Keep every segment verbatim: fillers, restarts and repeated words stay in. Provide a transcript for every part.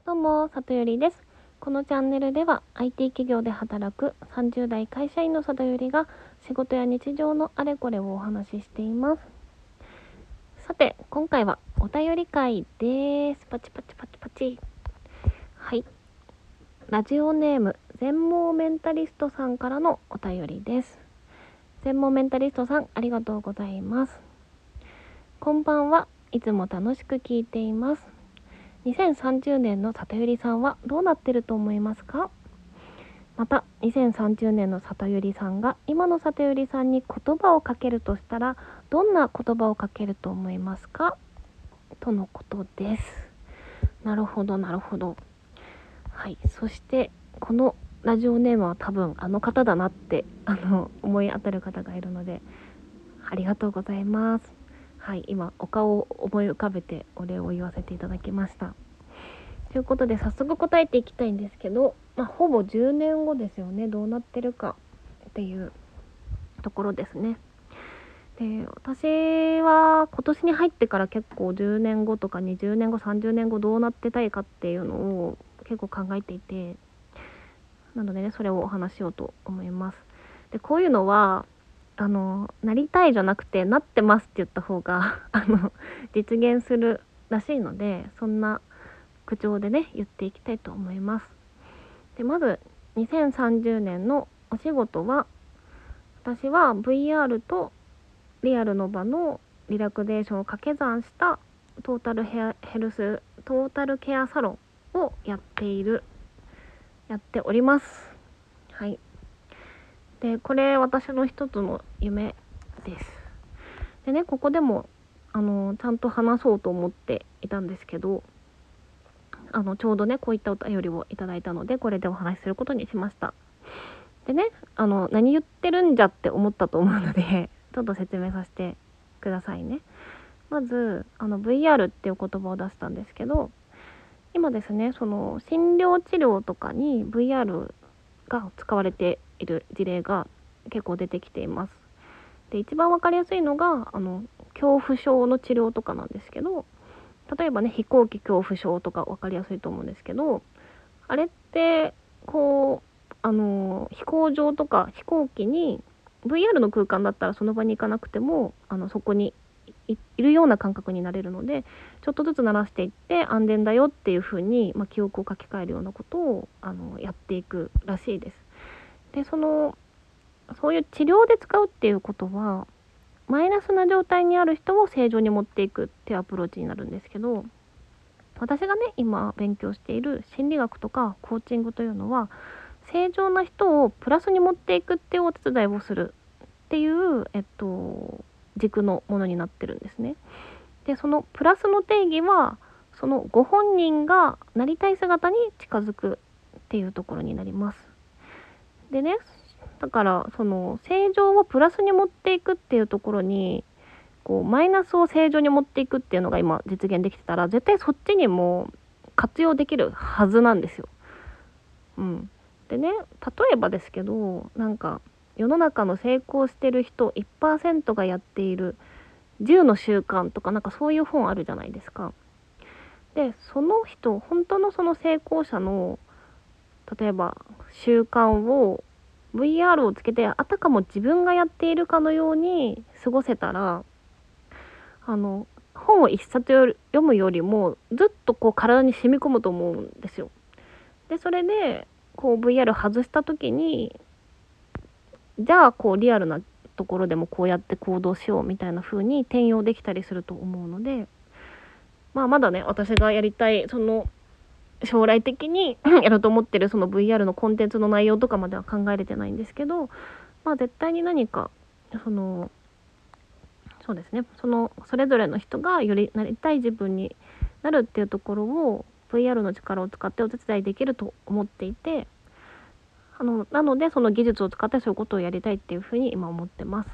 どうも、里よりです。このチャンネルでは アイティー 企業で働くさんじゅう代会社員の里よりが仕事や日常のあれこれをお話ししています。さて、今回はお便り会です。パチパチパチパチ。はい。ラジオネーム全盲メンタリストさんからのお便りです。全盲メンタリストさん、ありがとうございます。こんばんは。いつも楽しく聞いています。にせんさんじゅうねんの里よりさんはどうなってると思いますか？またにせんさんじゅうねんの里よりさんが今の里よりさんに言葉をかけるとしたらどんな言葉をかけると思いますか？とのことです。なるほどなるほど。はい。そしてこのラジオネームは多分あの方だなってあの思い当たる方がいるのでありがとうございます。はい、今お顔を思い浮かべてお礼を言わせていただきました。ということで早速答えていきたいんですけど、まあ、ほぼじゅうねんごですよね。どうなってるかっていうところですね。で、私は今年に入ってから結構じゅうねんごとかにじゅうねんごさんじゅうねんごどうなってたいかっていうのを結構考えていて、なのでねそれをお話しようと思います。で、こういうのはあのなりたいじゃなくてなってますって言った方があの実現するらしいので、そんな口調でね言っていきたいと思います。で、まずにせんさんじゅうねんのお仕事は、私は ブイアール とリアルの場のリラクゼーションを掛け算したトータルヘアヘルストータルケアサロンをやっているやっております。はい。で、これ私の一つの夢です。でね、ここでもあのちゃんと話そうと思っていたんですけど、あのちょうどねこういったお便りをいただいたのでこれでお話しすることにしました。でね、あの何言ってるんじゃって思ったと思うのでちょっと説明させてくださいね。まずあの ブイアール っていう言葉を出したんですけど、今ですねその診療治療とかに ブイアール が使われている事例が結構出てきています。で、一番わかりやすいのがあの恐怖症の治療とかなんですけど、例えばね飛行機恐怖症とかわかりやすいと思うんですけど、あれってこうあの飛行場とか飛行機に ブイアール の空間だったらその場に行かなくてもあのそこに い, いるような感覚になれるので、ちょっとずつ慣らしていって安全だよっていう風に、まあ、記憶を書き換えるようなことをあのやっていくらしいです。で、そのそういう治療で使うっていうことはマイナスな状態にある人を正常に持っていくっていうアプローチになるんですけど、私がね今勉強している心理学とかコーチングというのは正常な人をプラスに持っていくっていうお手伝いをするっていう、えっと、軸のものになってるんですね。で、そのプラスの定義はそのご本人がなりたい姿に近づくっていうところになります。でね、だからその正常をプラスに持っていくっていうところにこうマイナスを正常に持っていくっていうのが今実現できてたら絶対そっちにも活用できるはずなんですよ。うん。でね、例えばですけど、なんか世の中の成功してる人 いちパーセント がやっているじゅうの習慣とかなんかそういう本あるじゃないですか。で、その人本当のその成功者の例えば習慣を ブイアール をつけてあたかも自分がやっているかのように過ごせたら、あの本を一冊読むよりもずっとこう体に染み込むと思うんですよ。で、それでこう ブイアール 外した時にじゃあこうリアルなところでもこうやって行動しようみたいな風に転用できたりすると思うので、まあまだね私がやりたいその将来的にやろうと思ってるその ブイアール のコンテンツの内容とかまでは考えれてないんですけど、まあ絶対に何かそのそうですね、そのそれぞれの人がよりなりたい自分になるっていうところを ブイアール の力を使ってお手伝いできると思っていて、あのなのでその技術を使ってそういうことをやりたいっていうふうに今思ってます。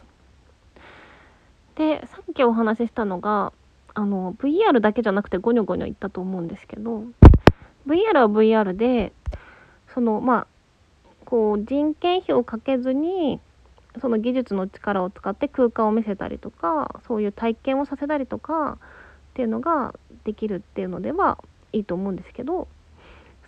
で、さっきお話ししたのがあの ブイアール だけじゃなくてゴニョゴニョ言ったと思うんですけど、 ブイアール は ブイアール でそのまあこう人件費をかけずにその技術の力を使って空間を見せたりとかそういう体験をさせたりとかっていうのができるっていうのではいいと思うんですけど、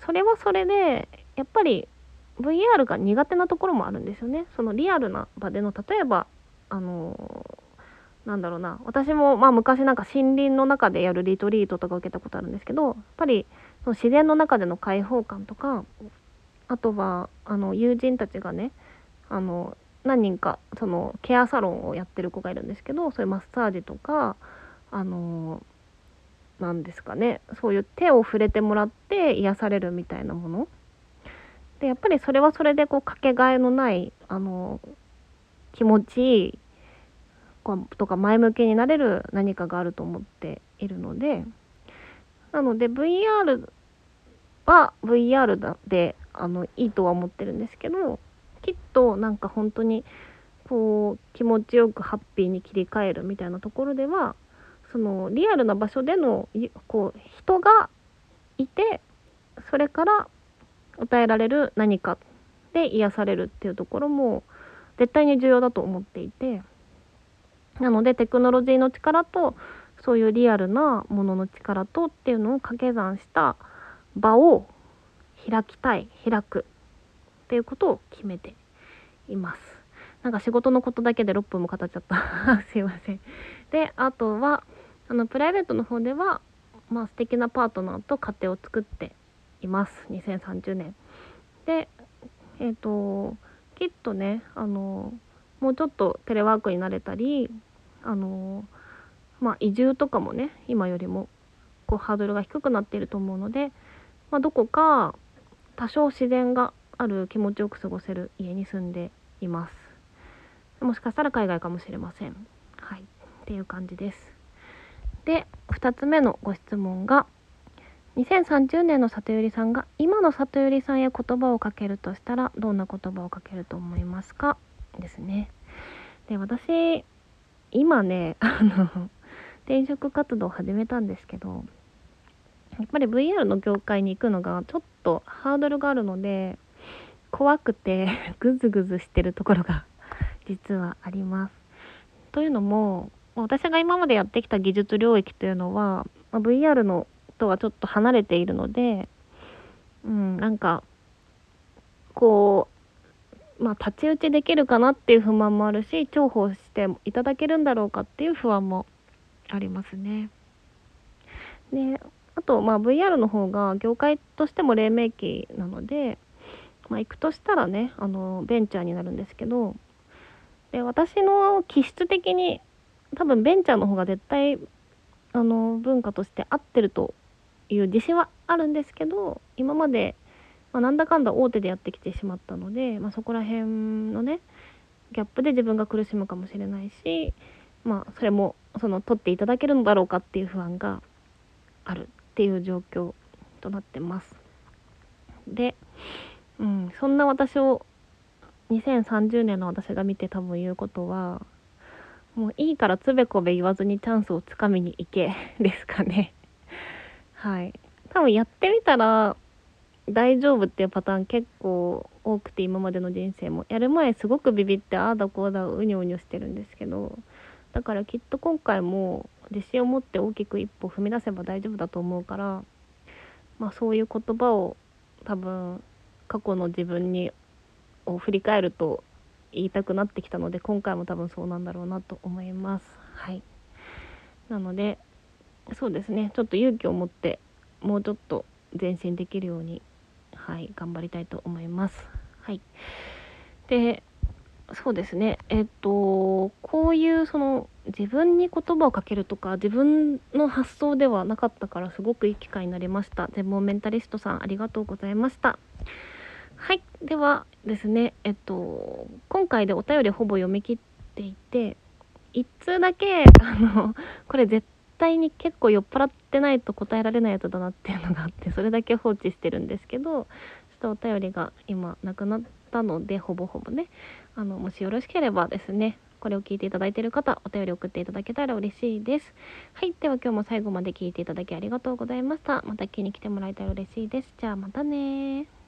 それはそれでやっぱり ブイアール が苦手なところもあるんですよね。そのリアルな場での、例えばあのなんだろうな、私もまあ昔なんか森林の中でやるリトリートとか受けたことあるんですけど、やっぱりその自然の中での開放感とか、あとはあの友人たちがね、あの何人かそのケアサロンをやってる子がいるんですけど、そういうマッサージとか、あのなんですかね、そういう手を触れてもらって癒されるみたいなもので、やっぱりそれはそれでこうかけがえのないあの気持ちいいとか前向きになれる何かがあると思っているので、なので ブイアール は ブイアール であのいいとは思ってるんですけど、きっとなんか本当にこう気持ちよくハッピーに切り替えるみたいなところでは、そのリアルな場所でのこう人がいて、それから与えられる何かで癒されるっていうところも絶対に重要だと思っていて、なのでテクノロジーの力とそういうリアルなものの力とっていうのを掛け算した場を開きたい、開くっていうことを決めています。なんか仕事のことだけでろっぷんも語っちゃったすいません。で、あとはあのプライベートの方では、まあ素敵なパートナーと家庭を作っています。にせんさんじゅうねんで、えっときっとね、あのもうちょっとテレワークになれたり、あのまあ移住とかもね、今よりもこうハードルが低くなっていると思うので、まあ、どこか多少自然がある気持ちよく過ごせる家に住んでいます。もしかしたら海外かもしれません。はい、っていう感じです。で、ふたつめのご質問が、にせんさんじゅうねんの里ゆりさんが今の里ゆりさんへ言葉をかけるとしたらどんな言葉をかけると思いますかですね。で、私今ね、あの転職活動を始めたんですけど、やっぱり ブイアール の業界に行くのがちょっとハードルがあるので、怖くてグズグズしてるところが実はあります。というのも、私が今までやってきた技術領域というのは ブイアール のとはちょっと離れているので、うん、なんかこうまあ太刀打ちできるかなっていう不満もあるし、重宝していただけるんだろうかっていう不安もありますね。で、あとまあ ブイアール の方が業界としても黎明期なので、まあ、行くとしたらね、あのベンチャーになるんですけど、で私の気質的に多分ベンチャーの方が絶対あの文化として合ってるという自信はあるんですけど、今まで、まあ、なんだかんだ大手でやってきてしまったので、まあ、そこら辺のねギャップで自分が苦しむかもしれないし、まあそれもその取っていただけるのだろうかっていう不安があるっていう状況となってます。で、うん、そんな私をにせんさんじゅうねんの私が見て多分言うことは、もういいからつべこべ言わずにチャンスをつかみに行けですかね。はい、多分やってみたら大丈夫っていうパターン結構多くて、今までの人生もやる前すごくビビってああだこうだうにょうにょしてるんですけど、だからきっと今回も自信を持って大きく一歩踏み出せば大丈夫だと思うから、まあそういう言葉を多分過去の自分にを振り返ると言いたくなってきたので、今回も多分そうなんだろうなと思います。はい。なのでそうですね、ちょっと勇気を持ってもうちょっと前進できるように、はい、頑張りたいと思います。はい。で、そうですね、えっとこういうその自分に言葉をかけるとか自分の発想ではなかったから、すごくいい機会になりました。全盲メンタリストさん、ありがとうございました。はい、ではですね、えっと今回でお便りほぼ読み切っていて、一通だけあのこれ絶対に結構酔っ払ってないと答えられないやつだなっていうのがあって、それだけ放置してるんですけど、ちょっとお便りが今なくなったので、ほぼほぼね、あのもしよろしければですね、これを聞いていただいている方、お便り送っていただけたら嬉しいです。はい、では今日も最後まで聞いていただきありがとうございました。また聞きに来てもらえたら嬉しいです。じゃあまたね。